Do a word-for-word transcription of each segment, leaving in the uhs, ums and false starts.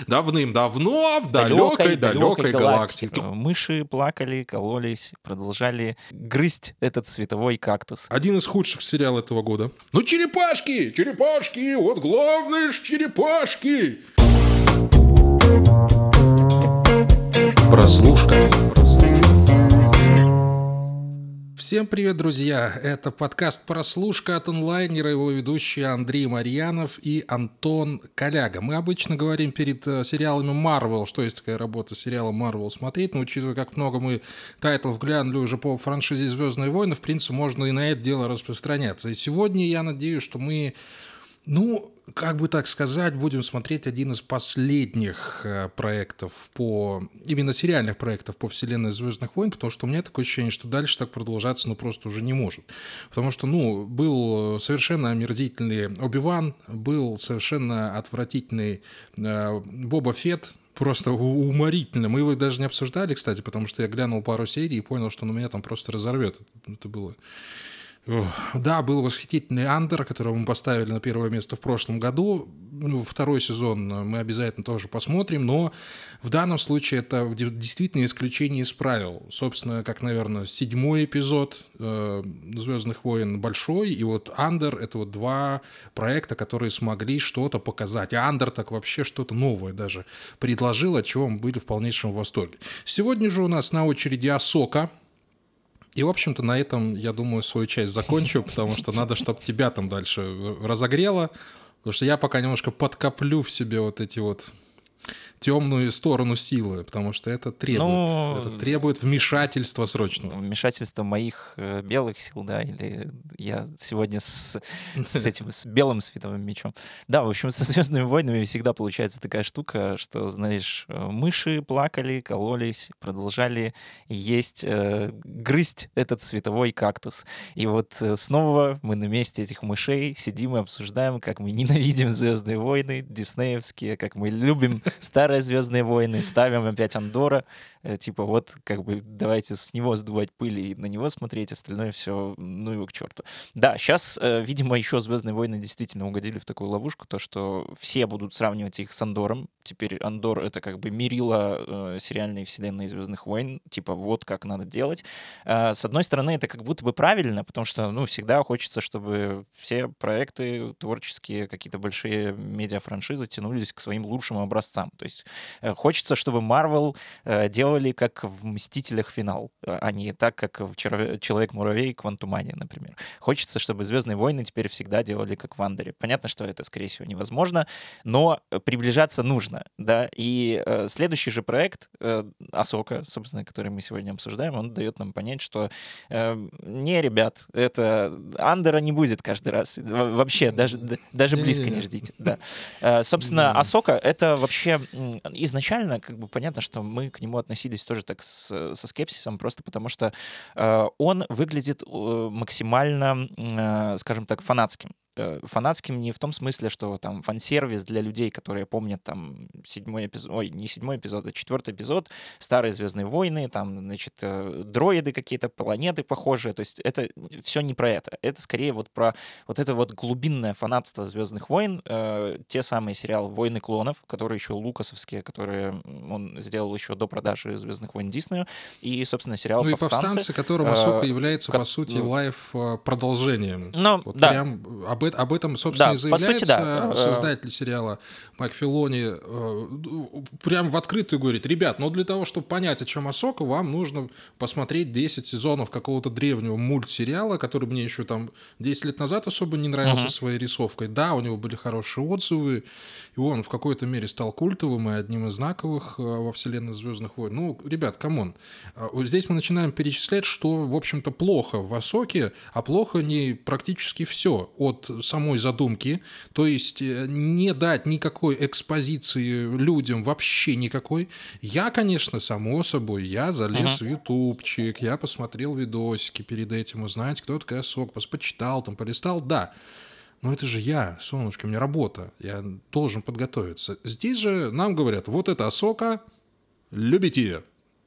давным-давно в далекой-далекой галактике. Мыши плакали, кололись, продолжали грызть этот световой кактус. Один из худших сериалов этого года. Ну, черепашки! Черепашки! Вот главное ж черепашки! Прослушка. Всем привет, друзья! Это подкаст «Прослушка» от онлайнера, его ведущие Андрей Марьянов и Антон Коляга. Мы обычно говорим перед сериалами Marvel, что есть такая работа сериала Marvel смотреть, но учитывая, как много мы тайтлов глянули уже по франшизе «Звездные войны», в принципе, можно и на это дело распространяться. И сегодня я надеюсь, что мы... Ну, как бы так сказать, будем смотреть один из последних э, проектов по... Именно сериальных проектов по вселенной «Звездных войн», потому что у меня такое ощущение, что дальше так продолжаться, ну, просто уже не может. Потому что, ну, был совершенно омерзительный Оби-Ван, был совершенно отвратительный э, Боба Фетт, просто уморительно. Мы его даже не обсуждали, кстати, потому что я глянул пару серий и понял, что ну, меня там просто разорвет. Это было... Да, был восхитительный Андер, которого мы поставили на первое место в прошлом году. Ну, второй сезон мы обязательно тоже посмотрим, но в данном случае это действительно исключение из правил. Собственно, как, наверное, седьмой эпизод э, «Звездных войн» большой, и вот Андер — это вот два проекта, которые смогли что-то показать. А Андер так вообще что-то новое даже предложил, от чего мы были в полнейшем восторге. Сегодня же у нас на очереди Ахсока. И, в общем-то, на этом, я думаю, свою часть закончу, потому что надо, чтобы тебя там дальше разогрело, потому что я пока немножко подкоплю в себе вот эти вот темную сторону силы, потому что это требует, ну, это требует вмешательства срочного. Вмешательства моих э, белых сил, да, или я сегодня с, с этим, с белым световым мечом. Да, в общем, со «Звездными войнами» всегда получается такая штука, что, знаешь, мыши плакали, кололись, продолжали есть, э, грызть этот световой кактус. И вот э, снова мы на месте этих мышей сидим и обсуждаем, как мы ненавидим «Звездные войны» диснеевские, как мы любим старые «Звездные войны», ставим опять Андора, э, типа вот как бы давайте с него сдувать пыль и на него смотреть, остальное все, ну его к черту. Да, сейчас, э, видимо, еще «Звездные войны» действительно угодили в такую ловушку, то, что все будут сравнивать их с Андором. Теперь Андор — это как бы мерило э, сериальной вселенной «Звездных войн», типа вот как надо делать. Э, с одной стороны, это как будто бы правильно, потому что, ну, всегда хочется, чтобы все проекты творческие, какие-то большие медиафраншизы тянулись к своим лучшим образцам. То есть хочется, чтобы Marvel э, делали как в «Мстителях» финал, а не так, как в «Человек-муравей» Квантумания, например. Хочется, чтобы «Звездные войны» теперь всегда делали как в Андере. Понятно, что это, скорее всего, невозможно, но приближаться нужно, да. И э, следующий же проект э, Ахсока, собственно, который мы сегодня обсуждаем, он дает нам понять, что э, не, ребят, это Андера не будет каждый раз. Вообще, даже, даже близко не ждите. Да. Э, собственно, Ахсока — это вообще... Изначально, как бы понятно, что мы к нему относились тоже так с, со скепсисом, просто потому что э, он выглядит э, максимально, э, скажем так, фанатским. Фанатским не в том смысле, что там фан-сервис для людей, которые помнят там седьмой эпизод, ой, не седьмой эпизод, а четвертый эпизод, старые «Звездные войны», там, значит, дроиды какие-то, планеты похожие, то есть это все не про это. Это скорее вот про вот это вот глубинное фанатство «Звездных войн», э, те самые сериалы «Войны клонов», которые еще лукасовские, которые он сделал еще до продажи «Звездных войн» Диснею, и, собственно, сериал ну, «Повстанцы». Ну и «Повстанцы», которым Ахсока э, является, как, по сути, лайв-продолжением. Ну, вот да. Прям об Об этом, собственно, да, и заявляется по сути, да. создатель сериала Майк Филони. Прям в открытую говорит: ребят, ну для того, чтобы понять, о чем Ахсока, вам нужно посмотреть десять сезонов какого-то древнего мультсериала, который мне еще там десять лет назад особо не нравился uh-huh. своей рисовкой. Да, у него были хорошие отзывы, и он в какой-то мере стал культовым и одним из знаковых во вселенной «Звездных войн». Ну, ребят, камон. Здесь мы начинаем перечислять, что, в общем-то, плохо в Ахсоке, а плохо не практически все от самой задумки, то есть не дать никакой экспозиции людям, вообще никакой. Я, конечно, само собой, я залез uh-huh. в ютубчик, я посмотрел видосики перед этим, узнать, кто такая Ахсока, почитал, там, полистал, да. Но это же я, солнышко, у меня работа, я должен подготовиться. Здесь же нам говорят: вот это Ахсока, любите ее,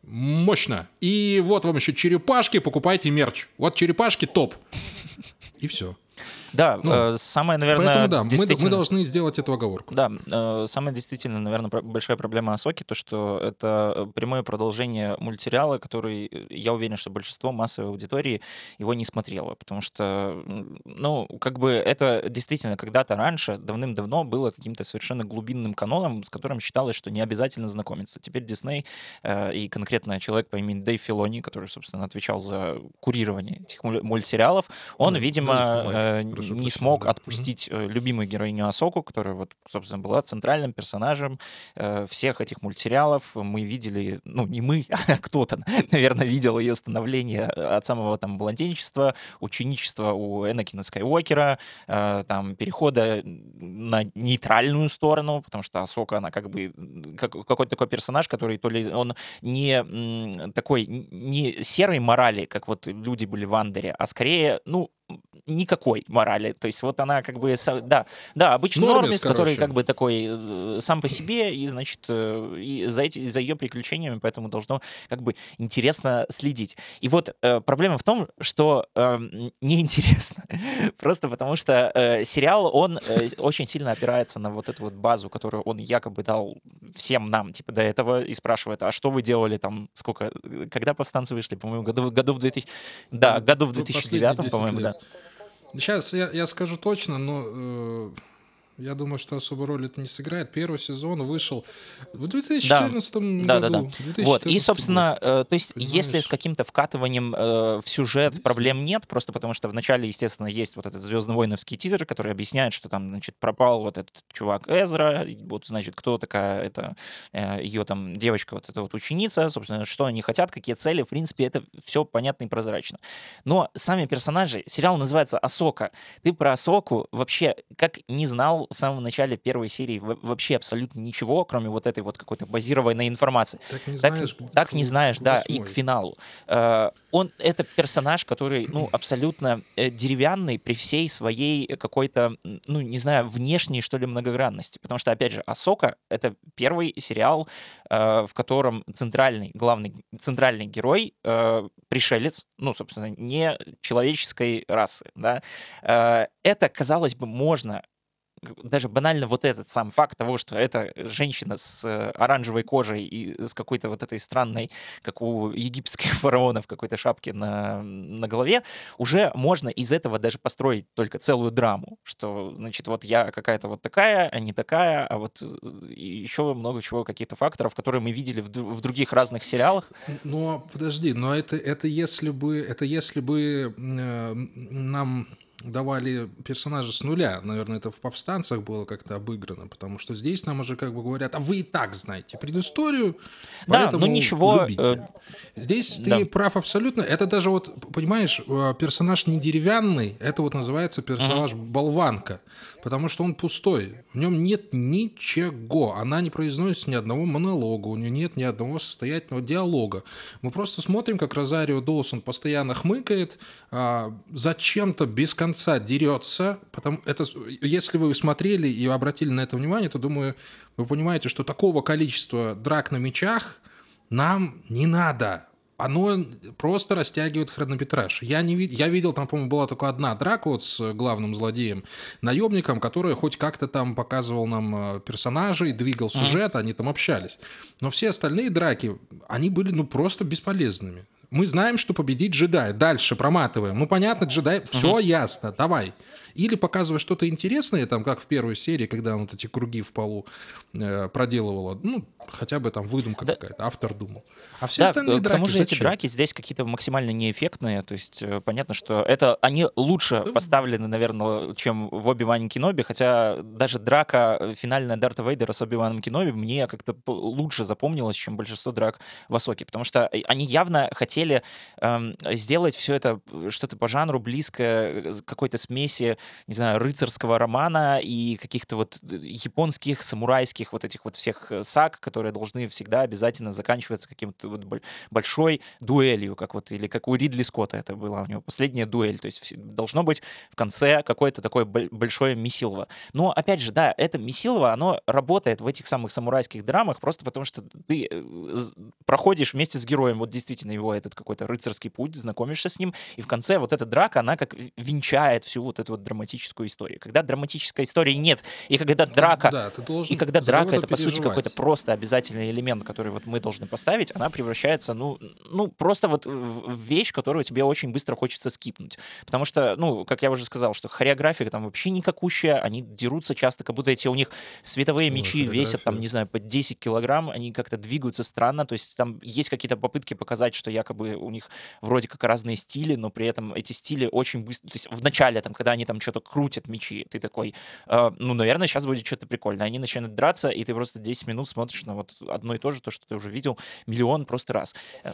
мощно. И вот вам еще черепашки, покупайте мерч. Вот черепашки топ. И все. Да, Ну, э, самое, наверное, поэтому да, мы, д- мы действительно... должны сделать эту оговорку. Да, э, самая действительно, наверное, про- большая проблема Асоки, то, что это э, прямое продолжение мультсериала, который, э, я уверен, что большинство массовой аудитории его не смотрело, потому что, м, ну, как бы это действительно когда-то раньше, давным-давно было каким-то совершенно глубинным каноном, с которым считалось, что не обязательно знакомиться. Теперь Дисней э, и конкретно человек по имени Дэйв Филони, который, собственно, отвечал за курирование этих муль- мультсериалов, он, Ой, видимо, Дэйв, не Майк, э, прошу не прощения, смог да. Мгм. отпустить э, любимую героиню Асоку, которая вот, собственно, была центральным персонажем э, всех этих мультсериалов. Мы видели, ну, не мы, а кто-то, наверное, видел ее становление от самого там младенчества, ученичества у Энакина Скайуокера, э, там перехода на нейтральную сторону, потому что Асока, она как бы м, как, какой-то такой персонаж, который то ли он не м, такой, н- не серой морали, как вот люди были в Андере, а скорее, ну, никакой морали. То есть вот она как бы, са- да, да, обычный Нормис, нормис, который короче. как бы такой э, сам по себе, и, значит, э, и за, эти, за ее приключениями, поэтому должно как бы интересно следить. И вот э, проблема в том, что э, м, неинтересно. Просто потому что э, сериал, он э, очень сильно опирается на вот эту вот базу, которую он якобы дал всем нам, типа, до этого, и спрашивает, а что вы делали там, сколько, э, когда повстанцы вышли, по-моему, году, году в две тысячи, да, Там году в п- последние две тысячи девятом, десять по-моему, да. лет. Сейчас я, я скажу точно, но э, я думаю, что особой роли это не сыграет. Первый сезон вышел в Да, две тысячи четырнадцатом да, да, да. году. Вот. И, две тысячи четырнадцатый год. собственно, э, то есть, если с Понимаешь? каким-то вкатыванием э, в сюжет десять лет. проблем нет, просто потому что вначале, естественно, есть вот этот звездно-воиновский титр, который объясняет, что там, значит, пропал вот этот чувак Эзра, и вот, значит, кто такая эта ее там девочка, вот эта вот ученица, собственно, что они хотят, какие цели, в принципе, это все понятно и прозрачно. Но сами персонажи, сериал называется «Асока». Ты про Асоку вообще как не знал в самом начале первой серии в- вообще абсолютно ничего, кроме вот этой вот какой-то базированной информации. Так не Так, знаешь, г- так к, не знаешь, к да, и к восьмой. финалу. Э, Он, это персонаж, который, ну, абсолютно э, деревянный при всей своей э, какой-то, м, ну, не знаю, внешней, что ли, многогранности. Потому что, опять же, «Асока» — это первый сериал, э, в котором центральный, главный, центральный герой э, пришелец, ну, собственно, не человеческой расы, да. Э, Это, казалось бы, можно г- даже банально вот этот сам факт того, что это женщина с э, оранжевой кожей и с какой-то вот этой странной, как у египетских фараонов, какой-то шапки на, на голове, уже можно из этого даже построить только целую драму, что, значит, вот я какая-то вот такая, а не такая, а вот э, и еще много чего, каких-то факторов, которые мы видели в, д- в других разных сериалах. Но подожди, но это, это если бы, это если бы э, нам давали персонажа с нуля, наверное, это в «Повстанцах» было как-то обыграно, потому что здесь нам уже как бы говорят, а вы и так знаете предысторию, Да, но поэтому ничего, э, любите. Здесь ты да. прав абсолютно. Это даже вот, понимаешь, э, персонаж не деревянный, это вот называется Мгм. персонаж болванка, потому что он пустой. В нем нет ничего. Она не произносит ни одного монолога, у нее нет ни одного состоятельного диалога. Мы просто смотрим, как Розарио Доусон постоянно хмыкает, а, зачем-то без конца дерется. Потому, это, если вы смотрели и обратили на это внимание, то, думаю, вы понимаете, что такого количества драк на мечах нам не надо. Оно просто растягивает хронометраж. Я, не вид... я видел, там, по-моему, была только одна драка вот с главным злодеем, наемником, который хоть как-то там показывал нам э, персонажей, двигал Мгм. сюжет, они там общались. Но все остальные драки, они были ну просто бесполезными. Мы знаем, что победить джедай. Дальше проматываем. Ну, понятно, джедай, Мгм. все ясно, давай. Или показывай что-то интересное, там, как в первой серии, когда он вот эти круги в полу э, проделывала. Ну, хотя бы там выдумка Да, какая-то, автор думал. А все Да, остальные э, к тому драки же эти зачем? драки здесь какие-то максимально неэффектные, то есть э, понятно, что это они лучше Да, поставлены, наверное, чем в Оби-Ване Кеноби, хотя даже драка э, финальная Дарта Вейдера с Оби-Ваном Кеноби мне как-то п- лучше запомнилась, чем большинство драк в Асоке, потому что э, они явно хотели эм, сделать все это э, что-то по жанру близкое э, какой-то смеси, не знаю, рыцарского романа и каких-то вот э, японских, самурайских вот этих вот всех э, саг, которые должны всегда обязательно заканчиваться каким-то вот боль- большой дуэлью, как вот, или как у Ридли Скотта это была у него последняя дуэль, то есть вс- должно быть в конце какое-то такое боль- большое месилово. Но, опять же, да, это месилово, оно работает в этих самых самурайских драмах просто потому, что ты э, з- проходишь вместе с героем, вот действительно его этот какой-то рыцарский путь, знакомишься с ним, и в конце вот эта драка, она как венчает всю вот эту вот драматическую историю. Когда драматической истории нет, и когда драка, да, ты должен и когда драка — это, по сути, переживать. какой-то просто обязательный элемент, который вот мы должны поставить, она превращается, ну, ну просто вот в вещь, которую тебе очень быстро хочется скипнуть. Потому что, ну, как я уже сказал, что хореография там вообще никакущая, они дерутся часто, как будто эти у них световые Ой, мечи весят, там, хореография. не знаю, по десять килограмм, они как-то двигаются странно, то есть там есть какие-то попытки показать, что якобы у них вроде как разные стили, но при этом эти стили очень быстро, то есть в начале, там, когда они там что-то крутят мечи, ты такой, э, ну, наверное, сейчас будет что-то прикольное. Они начинают драться, и ты просто десять минут смотришь на вот одно и то же, то, что ты уже видел миллион просто раз. Э,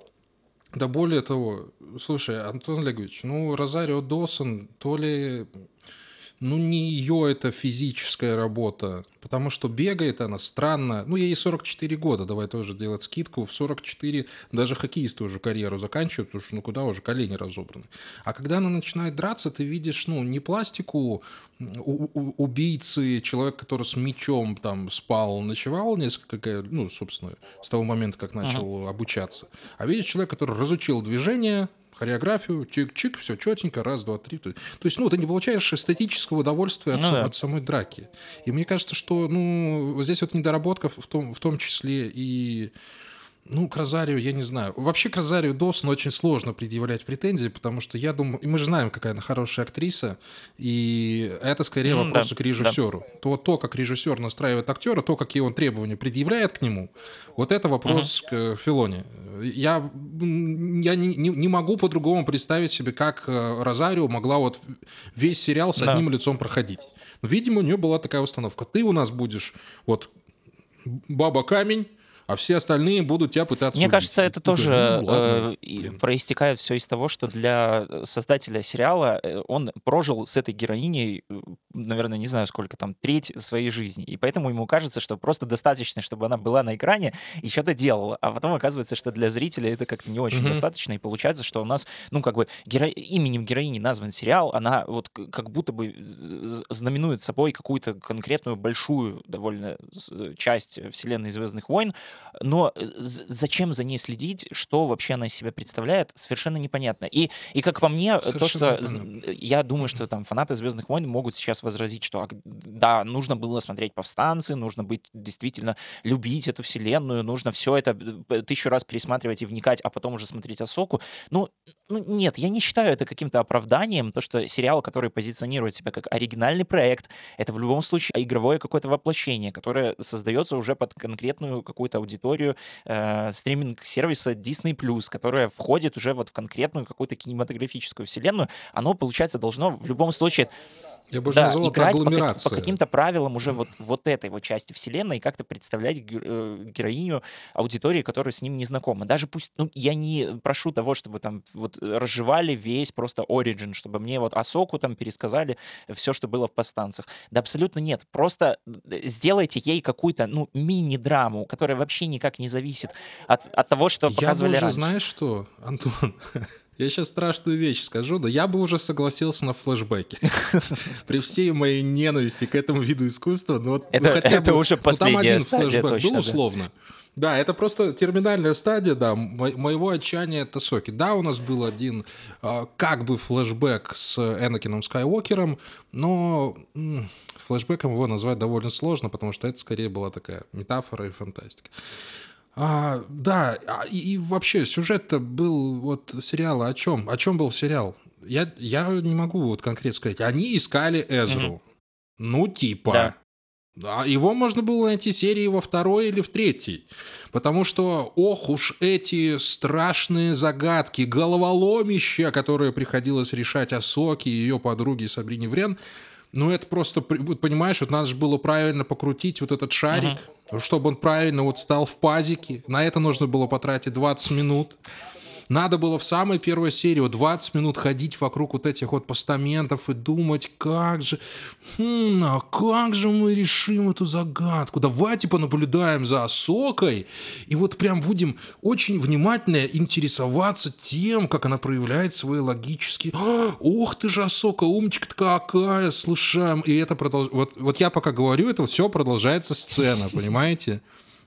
Да более того, слушай, Антон Олегович, ну, Розарио Доусон, то ли, ну, не ее это физическая работа, потому что бегает она странно. Ну, ей сорок четыре года, давай тоже делать скидку. В сорок четыре даже хоккеисты уже карьеру заканчивают, потому что, ну, куда уже колени разобраны. А когда она начинает драться, ты видишь, ну, не пластику у- у- убийцы, человек, который с мечом там спал, ночевал несколько, ну, собственно, с того момента, как мгм. начал обучаться, а видишь человека, который разучил движение, хореографию, чик-чик, все четенько, раз, два, три. То то есть, ну, ты не получаешь эстетического удовольствия от, Ну сам- да. от самой драки. И мне кажется, что, ну, вот здесь вот недоработка в том, в том числе и ну, к Розарио, я не знаю. Вообще к Розарио Доусон очень сложно предъявлять претензии, потому что я думаю, и мы же знаем, какая она хорошая актриса, и это скорее Ну да, вопрос к да. режиссеру. То, то, как режиссер настраивает актера, то, какие он требования предъявляет к нему, вот это Мгм. вопрос к Филоне. Я, м, я не, не- не могу по-другому представить себе, как э, Розарио могла вот весь сериал с Да. одним лицом проходить. Видимо, у нее была такая установка. Ты у нас будешь вот баба-камень, а все остальные будут тебя пытаться Мне убить. кажется, И это ты такой, ну тоже ладно, э, и блин. проистекает все из того, что для э, создателя сериала э, он прожил с этой героиней, э, наверное, не знаю сколько там, треть своей жизни. И поэтому ему кажется, что просто достаточно, чтобы она была на экране и что-то делала. А потом оказывается, что для зрителя это как-то не очень Мгм. достаточно. И получается, что у нас, ну, как бы геро... именем героини назван сериал, она вот к- как будто бы з- знаменует собой какую-то конкретную большую довольно с- часть вселенной «Звездных войн», но э, з- зачем за ней следить, что вообще она из себя представляет, совершенно непонятно. И, и как по мне, э, то, Совершенно что з- непонятно. э, я думаю, что там фанаты «Звездных войн» могут сейчас возразить, что а, г- да, нужно было смотреть «Повстанцы», нужно быть действительно любить эту вселенную, нужно все это э, тысячу раз пересматривать и вникать, а потом уже смотреть «Асоку». Ну, ну, нет, я не считаю это каким-то оправданием, то, что сериал, который позиционирует себя как оригинальный проект, это в любом случае игровое какое-то воплощение, которое создается уже под конкретную какую-то аудиторию э, стриминг-сервиса Disney+, которая входит уже вот в конкретную какую-то кинематографическую вселенную. Оно, получается, должно в любом случае, Я бы уже да, назвал это играть по, каки- по агломерация. каким-то правилам уже вот, вот этой вот части вселенной и как-то представлять ге- э, героиню аудитории, которая с ним не знакома. Даже пусть, ну, я не прошу того, чтобы там вот разжевали весь просто Origin, чтобы мне вот Асоку там пересказали все, что было в «Повстанцах». Да абсолютно нет. Просто э, сделайте ей какую-то, ну, мини-драму, которая вообще никак не зависит от, от того, что Я бы показывали уже, раньше. знаешь что, Антон, я сейчас страшную вещь скажу, да я бы уже согласился на флешбеки. При всей моей ненависти к этому виду искусства, ну, вот, ну Это, хотя это бы, уже ну там последняя один стадия, флешбэк был точно, да. условно. Да, это просто терминальная стадия, да, мо- моего отчаяния от Тосоки. Да, у нас был один а, как бы флешбэк с Энакином Скайуокером, но м, флешбэком его назвать довольно сложно, потому что это скорее была такая метафора и фантастика. А, да, а, и, и вообще сюжет-то был вот сериала о чем? О чем был сериал? Я, я не могу вот конкретно сказать. Они искали Мгм. Эзру. Ну, Да. типа. А его можно было найти серии во второй или в третьей. Потому что, ох уж эти страшные загадки, головоломища, которые приходилось решать Асоке и ее подруге Сабрине Врен, ну, это просто, при- вот понимаешь, вот надо же было правильно покрутить вот этот шарик, Мгм. чтобы он правильно вот стал в пазике. На это нужно было потратить двадцать минут. Надо было в самой первой серии вот двадцать минут ходить вокруг вот этих вот постаментов и думать, как же, хм, а как же мы решим эту загадку? Давайте понаблюдаем за Асокой и вот прям будем очень внимательно интересоваться тем, как она проявляет свои логические... «А, ох ты же, Асока, умничка-то какая, слушаем. И это продолжается... Вот, вот я пока говорю, это все продолжается сцена, понимаете?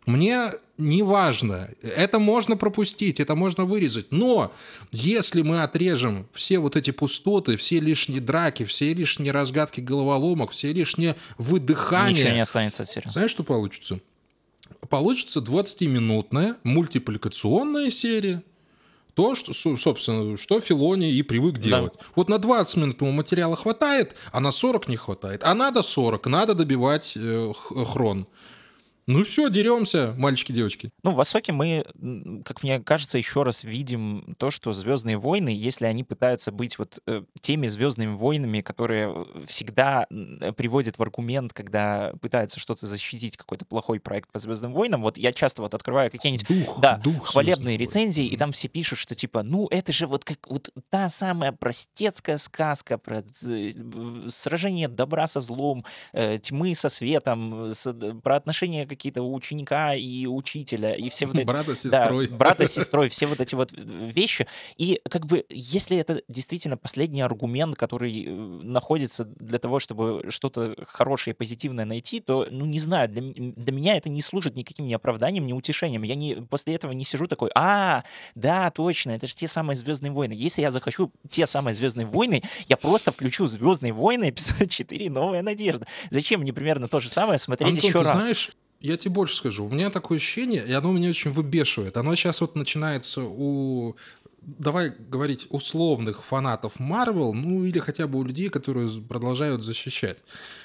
Мне не важно. Это можно пропустить, это можно вырезать. Но если мы отрежем все вот эти пустоты, все лишние драки, все лишние разгадки головоломок, все лишние выдыхания... Ничего не останется от сериала. Знаешь, что получится? Получится двадцатиминутная мультипликационная серия. То, что, собственно, что Филони и привык делать. Да. Вот на двадцать минут ему материала хватает, а на сорок не хватает. А надо сорок, надо добивать э, хрон. Ну все, деремся, мальчики-девочки. Ну, в Асоке мы, как мне кажется, еще раз видим то, что «Звездные войны», если они пытаются быть вот э, теми «Звездными войнами», которые всегда приводят в аргумент, когда пытаются что-то защитить, какой-то плохой проект по «Звездным войнам», вот я часто вот открываю какие-нибудь дух, да, дух хвалебные рецензии, и там все пишут, что типа, ну, это же вот как вот та самая простецкая сказка про сражение добра со злом, э, тьмы со светом, с, про отношения какие-то у ученика и учителя, и все вот эти... Брата с сестрой. Да, брата с сестрой, все вот эти вот вещи. И как бы, если это действительно последний аргумент, который находится для того, чтобы что-то хорошее и позитивное найти, то, ну, не знаю, для, для меня это не служит никаким ни оправданием, ни утешением. Я не, после этого не сижу такой, а, да, точно, это же те самые «Звездные войны». Если я захочу те самые «Звездные войны», я просто включу «Звездные войны», эпизод четыре, «Новая надежда». Зачем мне примерно то же самое смотреть Антон, еще ты раз? Знаешь, я тебе больше скажу. У меня такое ощущение, и оно меня очень выбешивает. Оно сейчас вот начинается у, давай говорить, условных фанатов Marvel, ну или хотя бы у людей, которые продолжают защищать.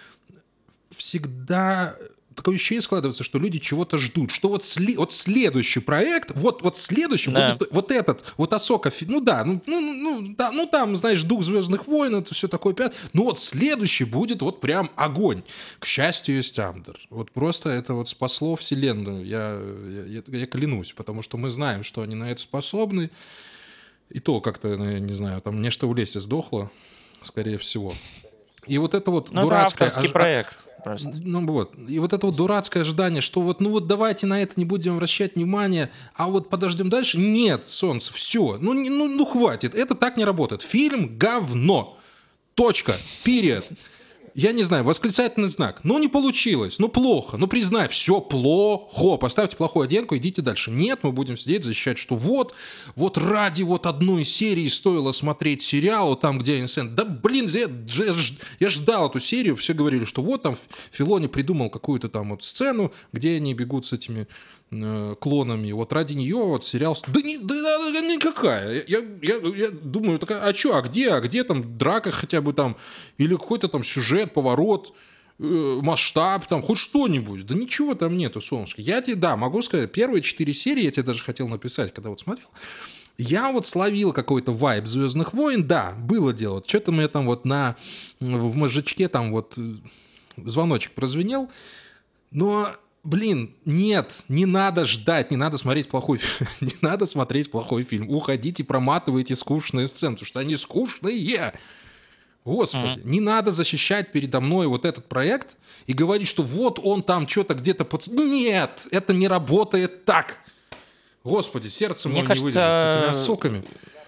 Всегда такое ощущение складывается, что люди чего-то ждут, что вот, сли, вот следующий проект, вот, вот следующий, да. будет вот этот, вот Асока, ну да, ну, ну, ну, да, ну там, знаешь, дух «Звездных войн», это все такое, ну вот следующий будет вот прям огонь. К счастью, есть Андер. Вот просто это вот спасло вселенную, я, я, я, я клянусь, потому что мы знаем, что они на это способны, и то как-то, я не знаю, там нечто в лесе сдохло, скорее всего. И вот это вот ну, дурацкое... это авторский ож... проект. Просто. Ну вот, и вот это вот дурацкое ожидание, что вот, ну вот давайте на это не будем обращать внимание, а вот подождем дальше. Нет, солнце, все, ну, ну, ну хватит, это так не работает. Фильм говно. Точка. Период. Я не знаю, восклицательный знак. Ну, не получилось, ну, плохо, ну, признай, все плохо, поставьте плохую оценку, идите дальше. Нет, мы будем сидеть, защищать, что вот, вот ради вот одной серии стоило смотреть сериал, там, где Инсент. Да, блин, я, я, я ждал эту серию, все говорили, что вот там Филони придумал какую-то там вот сцену, где они бегут с этими э, клонами, вот ради нее вот сериал... Да, не, да, да никакая. Я, я, я думаю, такая, а что, а где, а где там драка хотя бы там, или какой-то там сюжет, поворот, э, масштаб, там, хоть что-нибудь. Да ничего там нету, солнышко. Я тебе, да, могу сказать, первые четыре серии, я тебе даже хотел написать, когда вот смотрел, я вот словил какой-то вайб «Звездных войн», да, было дело. Что-то мне там вот на, в мозжечке там вот звоночек прозвенел, но... Блин, нет, не надо ждать, не надо смотреть плохой фильм, не надо смотреть плохой фильм. Уходите, проматывайте скучные сцены, потому что они скучные. Господи, mm-hmm. не надо защищать передо мной вот этот проект и говорить, что вот он там что-то где-то... Под... Нет, это не работает так. Господи, сердце мне кажется... не выдержит с этими осоками.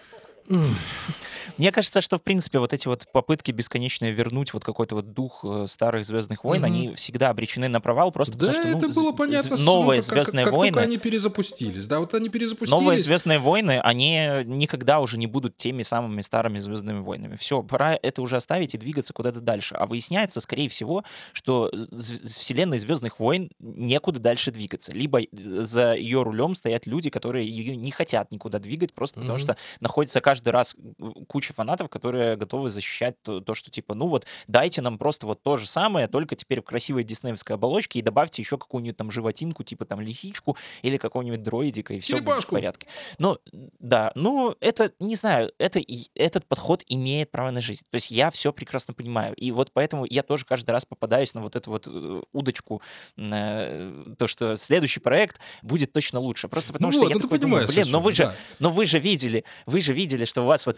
Мне кажется, что, в принципе, вот эти вот попытки бесконечно вернуть вот какой-то вот дух старых «Звездных войн», mm-hmm. они всегда обречены на провал, просто да, потому что... это ну, было понятно, новые как, «Звездные как, войны». Как только они перезапустились, да, вот они перезапустились. Новые «Звездные войны», они никогда уже не будут теми самыми старыми «Звездными войнами». Все, пора это уже оставить и двигаться куда-то дальше. А выясняется, скорее всего, что вселенной «Звездных войн» некуда дальше двигаться. Либо за ее рулем стоят люди, которые ее не хотят никуда двигать, просто mm-hmm. потому что находится каждый раз куча фанатов, которые готовы защищать то, то, что типа, ну вот, дайте нам просто вот то же самое, только теперь в красивой диснеевской оболочке и добавьте еще какую-нибудь там животинку, типа там лисичку или какого-нибудь дроидика, и все будет в порядке. Ну, да, ну, это, не знаю, это, этот подход имеет право на жизнь. То есть я все прекрасно понимаю. И вот поэтому я тоже каждый раз попадаюсь на вот эту вот удочку, на то, что следующий проект будет точно лучше. Просто потому ну что вот, я ну такой думаю, блин, но вы, же, да. но вы же видели, вы же видели, что у вас вот стрельнул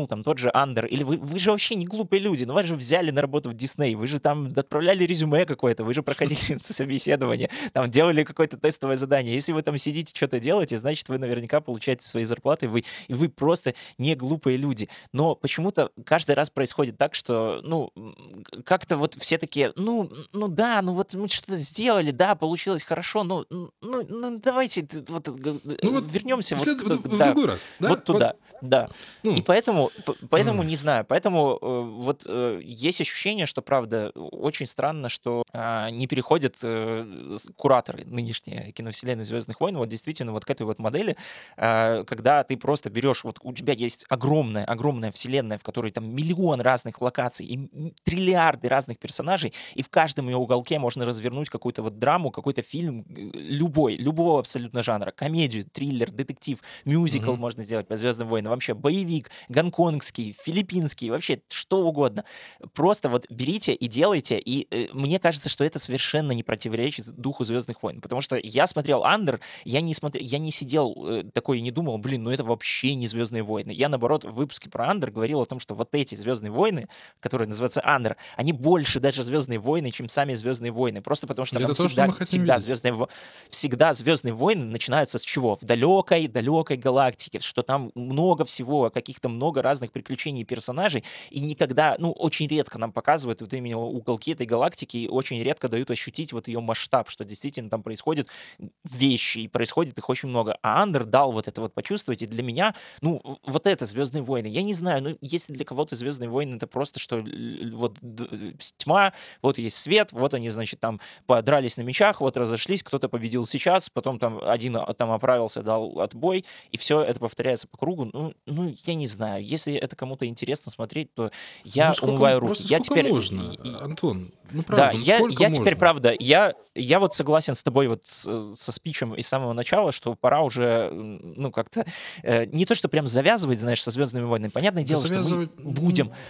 ну, там, тот же Андер, или вы, вы же вообще не глупые люди, ну, вас же взяли на работу в Дисней, вы же там отправляли резюме какое-то, вы же проходили собеседование, там, делали какое-то тестовое задание. Если вы там сидите, что-то делаете, значит, вы наверняка получаете свои зарплаты, вы, и вы просто не глупые люди. Но почему-то каждый раз происходит так, что, ну, как-то вот все такие, ну, ну да, ну вот мы что-то сделали, да, получилось хорошо, ну, ну, ну давайте вот Ну вот вернемся в, вот, след... к- в да, другой раз, да? вот туда, да. И Вот, поэтому, п- поэтому ну, не знаю, поэтому э, вот э, есть ощущение, что, правда, очень странно, что а, не переходят э, с- кураторы нынешние киновселенной «Звездных войн» вот действительно вот к этой вот модели, а, когда ты просто берешь, вот у тебя есть огромная, огромная вселенная, в которой там миллион разных локаций и м- триллиарды разных персонажей, и в каждом ее уголке можно развернуть какую-то вот драму, какой-то фильм, э, любой, любого абсолютно жанра, комедию, триллер, детектив, мюзикл мгм. можно сделать по «Звездным войнам», вообще боевик, гонконгский, филиппинский, вообще что угодно. Просто вот берите и делайте, и э, мне кажется, что это совершенно не противоречит духу «Звездных войн», потому что я смотрел «Андер», я не смотрел, я не сидел э, такой и не думал, блин, ну это вообще не «Звездные войны». Я, наоборот, в выпуске про «Андер» говорил о том, что вот эти «Звездные войны», которые называются «Андер», они больше даже «Звездные войны», чем сами «Звездные войны», просто потому что Это там то, что всегда, мы хотим всегда видеть. «Звездные войны», всегда «Звездные войны» начинаются с чего? В далекой, далекой галактике, что там много всего, каких-то много разных приключений и персонажей, и никогда, ну, очень редко нам показывают вот именно уголки этой галактики, и очень редко дают ощутить вот ее масштаб, что действительно там происходят вещи, и происходит их очень много. А Андер дал вот это вот почувствовать, и для меня, ну, в- вот это «Звездные войны». Я не знаю, ну, если для кого-то «Звездные войны» это просто, что л- вот д- э, тьма, вот есть свет, вот они, значит, там подрались на мечах, вот разошлись, кто-то победил сейчас, потом там один а, там оправился, дал отбой, и все это повторяется по кругу. Ну, ну, я не знаю. Если это кому-то интересно смотреть, то Ну я сколько, м- умываю руки. просто Я сколько теперь... можно, Антон? Ну Да, правда, ну я, сколько я теперь, можно? правда, я, я вот согласен с тобой вот с- со спичем из самого начала, что пора уже, м, ну, как-то, э, не то, что прям завязывать, знаешь, со «Звездными войнами». Понятное Да дело, что мы завязывать, будем, ну,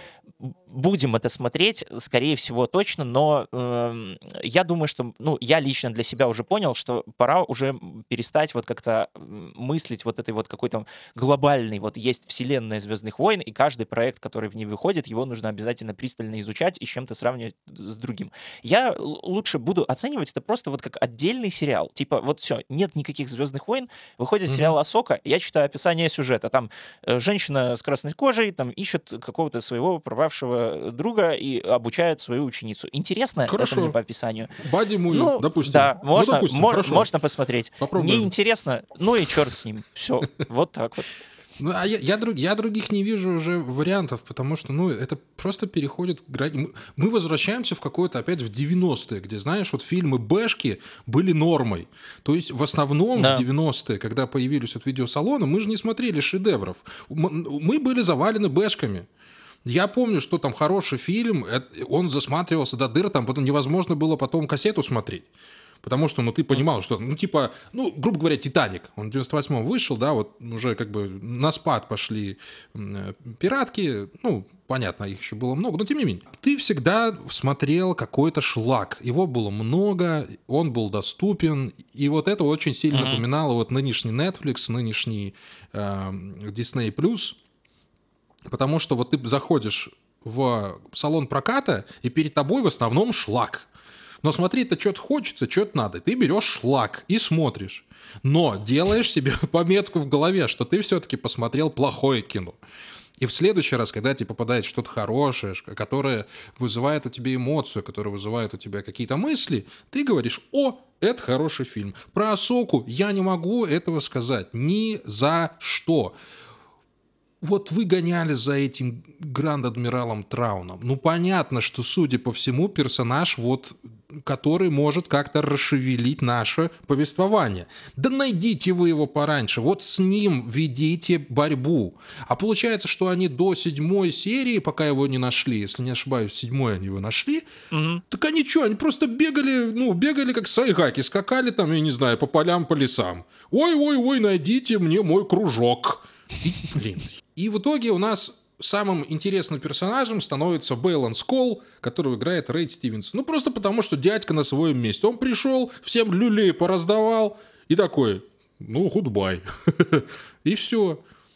будем это смотреть, скорее всего, точно, но эм, я думаю, что, ну, я лично для себя уже понял, что пора уже перестать вот как-то м, мыслить вот этой вот какой-то глобальной, вот есть вселенная «Звездных войн», и каждый проект, который в ней выходит, его нужно обязательно пристально изучать и с чем-то сравнивать с другим. Я л- лучше буду оценивать это просто вот как отдельный сериал. Типа, вот все, нет никаких «Звездных войн», выходит мгм. сериал «Асока», я читаю описание сюжета, там э, женщина с красной кожей там ищет какого-то своего пропавшего друга и обучает свою ученицу. Интересно это мне Хорошо. по описанию? Бади Муви, Ну, допустим. да, Ну, можно, допустим, мо- хорошо. можно посмотреть. Попробуем. Неинтересно, ну и черт с ним. Все, вот так вот. Ну, а я, я, друг- я других не вижу уже вариантов, потому что, ну, это просто переходит грани. Мы, мы возвращаемся в какое-то опять в девяностые, где, знаешь, вот фильмы бэшки были нормой. То есть в основном в Да. девяностые, когда появились вот видеосалоны, мы же не смотрели шедевров. М- Мы были завалены бэшками. Я помню, что там хороший фильм, э, он засматривался до дыр, там потом невозможно было потом кассету смотреть. Потому что, ну, ты понимал, что, ну, типа, ну, грубо говоря, «Титаник». Он в девяносто восьмом вышел, да, вот уже как бы на спад пошли м, э, пиратки. Ну, понятно, их еще было много, но тем не менее. Ты всегда смотрел какой-то шлак. Его было много, он был доступен. И вот это очень сильно Мгм. напоминало вот нынешний Netflix, нынешний э, Disney+. Потому что вот ты заходишь в салон проката, и перед тобой в основном шлак. Но смотреть-то что-то хочется, что-то надо. Ты берешь шлак и смотришь. Но делаешь себе пометку в голове, что ты все-таки посмотрел плохое кино. И в следующий раз, когда тебе попадает что-то хорошее, которое вызывает у тебя эмоцию, которое вызывает у тебя какие-то мысли, ты говоришь: о, это хороший фильм. Про Асоку я не могу этого сказать ни за что. Вот вы гоняли за этим гранд-адмиралом Трауном. Ну, понятно, что, судя по всему, персонаж, вот, который может как-то расшевелить наше повествование. Да найдите вы его пораньше, вот с ним ведите борьбу. А получается, что они до седьмой серии, пока его не нашли, если не ошибаюсь, в седьмой они его нашли, Мгм. так они что, они просто бегали, ну, бегали как сайгаки, скакали там, я не знаю, по полям, по лесам. Ой-ой-ой, найдите мне мой кружок. И, блин. И в итоге у нас самым интересным персонажем становится Бейлон Сколл, которого играет Рейд Стивенсон. Ну, просто потому, что дядька на своем месте. Он пришел, всем люлей пораздавал и такой: ну, гудбай. И все.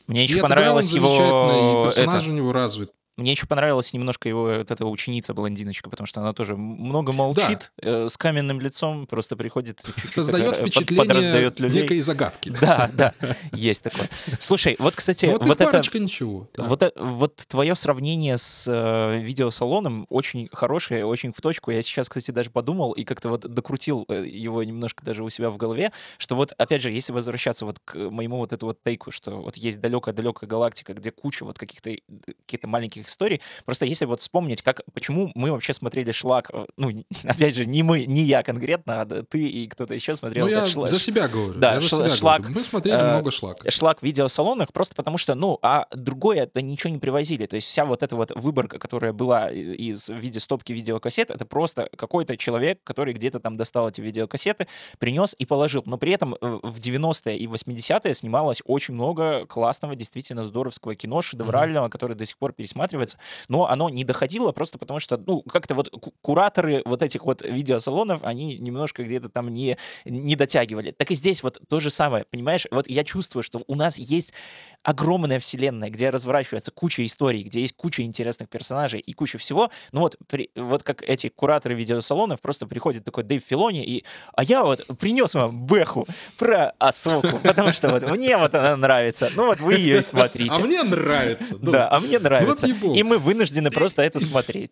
Мне И еще отыграл он понравилось замечательно, и его персонаж это. у него развит. Мне еще понравилась немножко его вот эта ученица-блондиночка, потому что она тоже много Да, молчит, э, с каменным лицом, просто приходит, чуть-чуть такая, создает э, под- впечатление подраздает люлей. некой загадки. Да, да, есть такое. Слушай, вот, кстати, Вот их вот это парочка ничего. Да. вот, э- вот твое сравнение с э, видеосалоном очень хорошее, очень в точку. Я сейчас, кстати, даже подумал и как-то вот докрутил э, его немножко даже у себя в голове, что вот, опять же, если возвращаться вот к моему вот этому вот тейку, что вот есть далекая-далекая галактика, где куча вот каких-то э, каких-то маленьких историй. Просто если вот вспомнить, как, почему мы вообще смотрели «Шлак», э, ну, опять же, не мы, не я конкретно, а да, ты и кто-то еще смотрел Ну, этот я шла- за ш- себя говорю. да, Я за шла- себя шлак, говорю. Мы смотрели э, много шлака. шлак в видеосалонах, просто потому что, ну, а другое это ничего не привозили. То есть вся вот эта вот выборка, которая была и- из в виде стопки видеокассет, это просто какой-то человек, который где-то там достал эти видеокассеты, принес и положил. Но при этом э, в девяностые и восьмидесятые снималось очень много классного, действительно здоровского кино, шедеврального, которое до сих пор пересматривается, но оно не доходило просто потому, что, ну, как-то вот ку- кураторы вот этих вот видеосалонов, они немножко где-то там не, не дотягивали. Так и здесь вот то же самое, понимаешь? Вот я чувствую, что у нас есть огромная вселенная, где разворачивается куча историй, где есть куча интересных персонажей и куча всего. Ну вот, при- вот как эти кураторы видеосалонов, просто приходит такой Дэйв Филони, и а я вот принес вам Бэху про Асоку, потому что вот мне вот она нравится. Ну вот вы ее и смотрите. А мне нравится. ну. Да, а мне Ну вот нравится. ей-богу. И мы вынуждены просто это смотреть.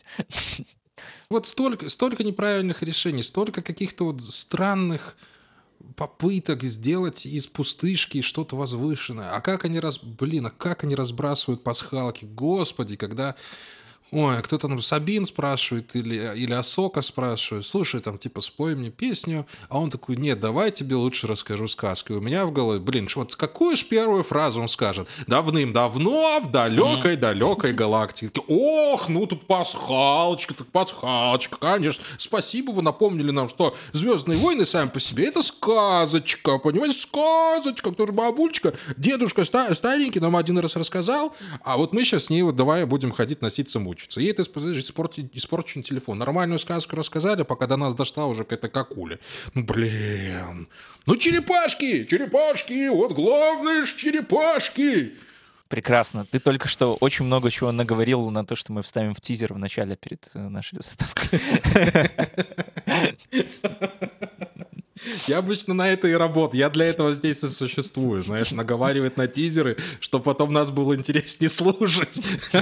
Вот столько, столько неправильных решений, столько каких-то вот странных попыток сделать из пустышки что-то возвышенное. А как они раз, блин, а как они разбрасывают пасхалки? Господи, когда, ой, кто-то там Сабин спрашивает или, или Асока спрашивает, слушай, там, типа, спой мне песню, а он такой, нет, давай тебе лучше расскажу сказку. И у меня в голове, блин, вот какую ж первую фразу он скажет? Давным-давно в далекой-далекой галактике. Ох, ну тут пасхалочка, так пасхалочка, конечно. Спасибо, вы напомнили нам, что «Звездные войны» сами по себе это сказочка, понимаете, сказочка, которую бабульчика, дедушка ста- старенький нам один раз рассказал, а вот мы сейчас с ней вот давай будем ходить носиться мучиться. И это испорчен, испорчен телефон. Нормальную сказку рассказали, пока до нас дошла уже какая-то какуля. Ну, блин. Ну, черепашки, черепашки, вот главное ж черепашки. Прекрасно. Ты только что очень много чего наговорил на то, что мы вставим в тизер в начале перед э, нашей заставкой. Я обычно на это и работаю. Я для этого здесь и существую. Знаешь, наговаривать на тизеры, чтобы потом нас было интереснее слушать.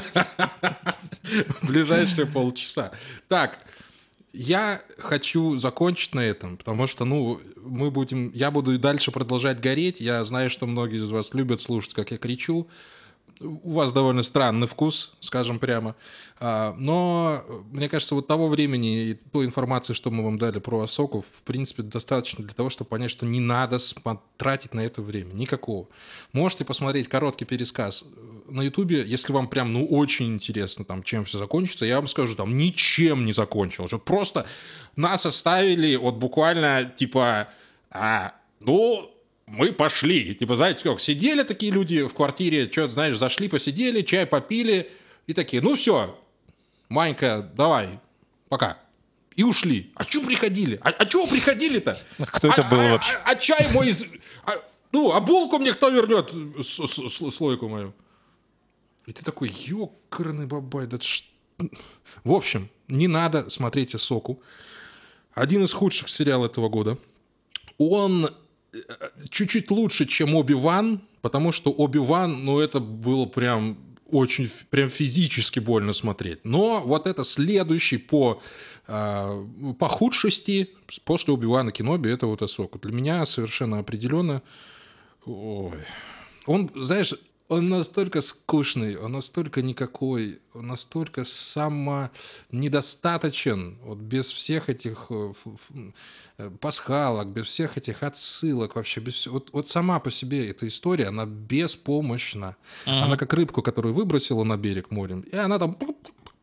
В ближайшие полчаса. Так, я хочу закончить на этом, потому что, ну, мы будем... Я буду и дальше продолжать гореть. Я знаю, что многие из вас любят слушать, как я кричу. У вас довольно странный вкус, скажем прямо. А, но, мне кажется, вот того времени и той информации, что мы вам дали про Асоку, в принципе, достаточно для того, чтобы понять, что не надо смо- тратить на это время. Никакого. Можете посмотреть короткий пересказ на Ютубе, если вам прям, ну, очень интересно, там, чем все закончится. Я вам скажу, там, ничем не закончилось. Вот просто нас оставили вот буквально, типа, а, ну... Мы пошли. Типа, знаете, как, сидели такие люди в квартире, что-то, знаешь, зашли, посидели, чай попили, и такие, ну все, Манька, давай, пока. И ушли. А что приходили? А, а что приходили-то? Кто это а, был а, вообще? А, а чай мой... из- а, ну, а булку мне кто вернет? С- с- с- слойку мою. И ты такой, ёкарный бабай, да ш... В общем, не надо смотреть Асоку. Один из худших сериалов этого года. Он чуть-чуть лучше, чем Оби-Ван, потому что Оби-Ван, ну, это было прям очень, прям физически больно смотреть. Но вот это следующий по, э, по худшести после Оби-Вана Кеноби, это вот Асока. Для меня совершенно определенно... Ой. Он, знаешь, он настолько скучный, он настолько никакой, он настолько самонедостаточен, вот без всех этих э, ф- ф- э, пасхалок, без всех этих отсылок вообще, без всего. Вот, вот сама по себе эта история, она беспомощна. Она как рыбку, которую выбросила на берег морем, и она там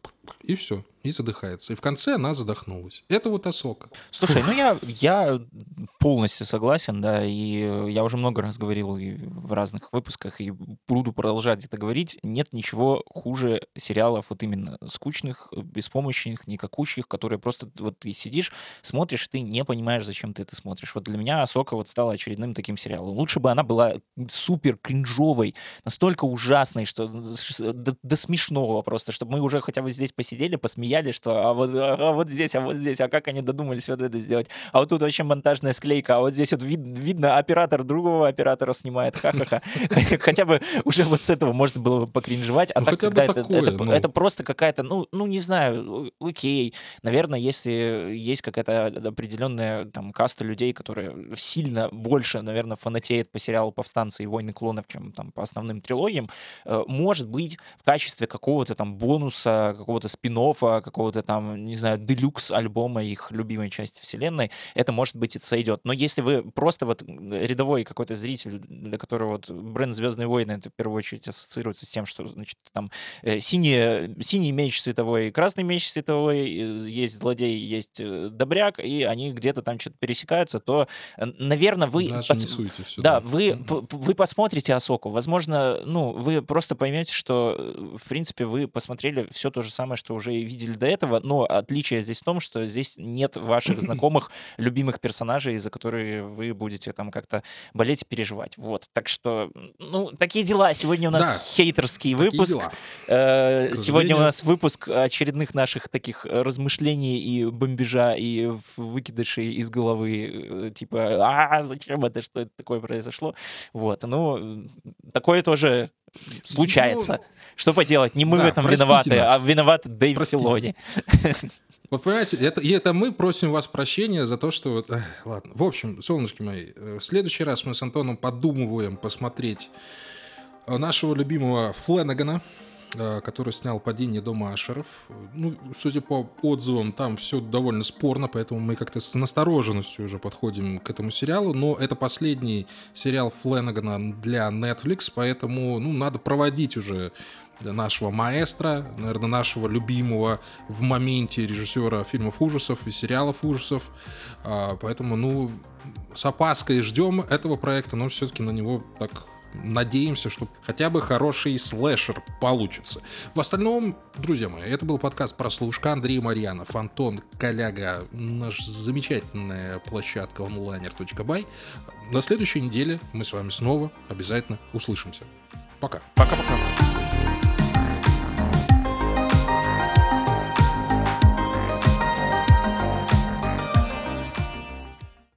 и все, и задыхается. И в конце она задохнулась. Это вот Асока. Слушай, ну я, я полностью согласен, да, и я уже много раз говорил и в разных выпусках, и буду продолжать это говорить. Нет ничего хуже сериалов вот именно скучных, беспомощных, никакущих, которые просто вот ты сидишь, смотришь, ты не понимаешь, зачем ты это смотришь. Вот для меня Асока вот стала очередным таким сериалом. Лучше бы она была супер кринжовой, настолько ужасной, что до, до смешного просто, чтобы мы уже хотя бы здесь посидели, посмеялись, что а вот, а вот здесь, а вот здесь, а как они додумались вот это сделать, а вот тут вообще монтажная склейка, а вот здесь вот вид, видно, оператор другого оператора снимает, ха-ха-ха. Хотя бы уже вот с этого можно было бы покринжевать, а Ну, так, хотя бы когда это, такое, это, ну. это просто какая-то, ну, ну, не знаю, окей, наверное, если есть какая-то определенная там каста людей, которые сильно больше, наверное, фанатеют по сериалу «Повстанцы» и «Войны клонов», чем там по основным трилогиям, э, может быть, в качестве какого-то там бонуса, какого-то спин-оффа, какого-то там, не знаю, делюкс-альбома их любимой части вселенной, это, может быть, и сойдет. Но если вы просто вот рядовой какой-то зритель, для которого вот бренд «Звездные войны» это в первую очередь ассоциируется с тем, что, значит, там э, синий, синий меч световой, красный меч световой, э, есть злодей, есть э, добряк, и они где-то там что-то пересекаются, то, э, наверное, вы... Даже пос... не суйте сюда. Да, вы, mm-hmm. вы посмотрите Асоку, возможно, ну, вы просто поймете, что, в принципе, вы посмотрели все то же самое, что уже и видели до этого, но отличие здесь в том, что здесь нет ваших знакомых, любимых персонажей, за которые вы будете там как-то болеть и переживать. Вот, так что, ну, такие дела. Сегодня у нас да, хейтерский выпуск. Э, сегодня у нас выпуск очередных наших таких размышлений и бомбежа, и выкидышей из головы, типа, а зачем это, что это такое произошло? Вот, ну, такое тоже случается. Ну, что поделать? Не мы да, в этом виноваты, нас. а виноват Дэйв простите. Филони. Вот понимаете, это, и это мы просим вас прощения за то, что... Вот, эх, ладно. В общем, солнышки мои, в следующий раз мы с Антоном подумываем посмотреть нашего любимого Фленнегана, который снял «Падение дома Ашеров». Ну, судя по отзывам, там все довольно спорно, поэтому мы как-то с настороженностью уже подходим к этому сериалу. Но это последний сериал Фленнегана для Netflix, поэтому, ну, надо проводить уже нашего маэстро, наверное, нашего любимого в моменте режиссера фильмов ужасов и сериалов ужасов. Поэтому, ну, с опаской ждем этого проекта, но все-таки на него так... надеемся, что хотя бы хороший слэшер получится. В остальном, друзья мои, это был подкаст «Прослушка». Андрей Марьянов, Антон Коляга, наша замечательная площадка онлайнер точка бай. На следующей неделе мы с вами снова обязательно услышимся. Пока. Пока-пока.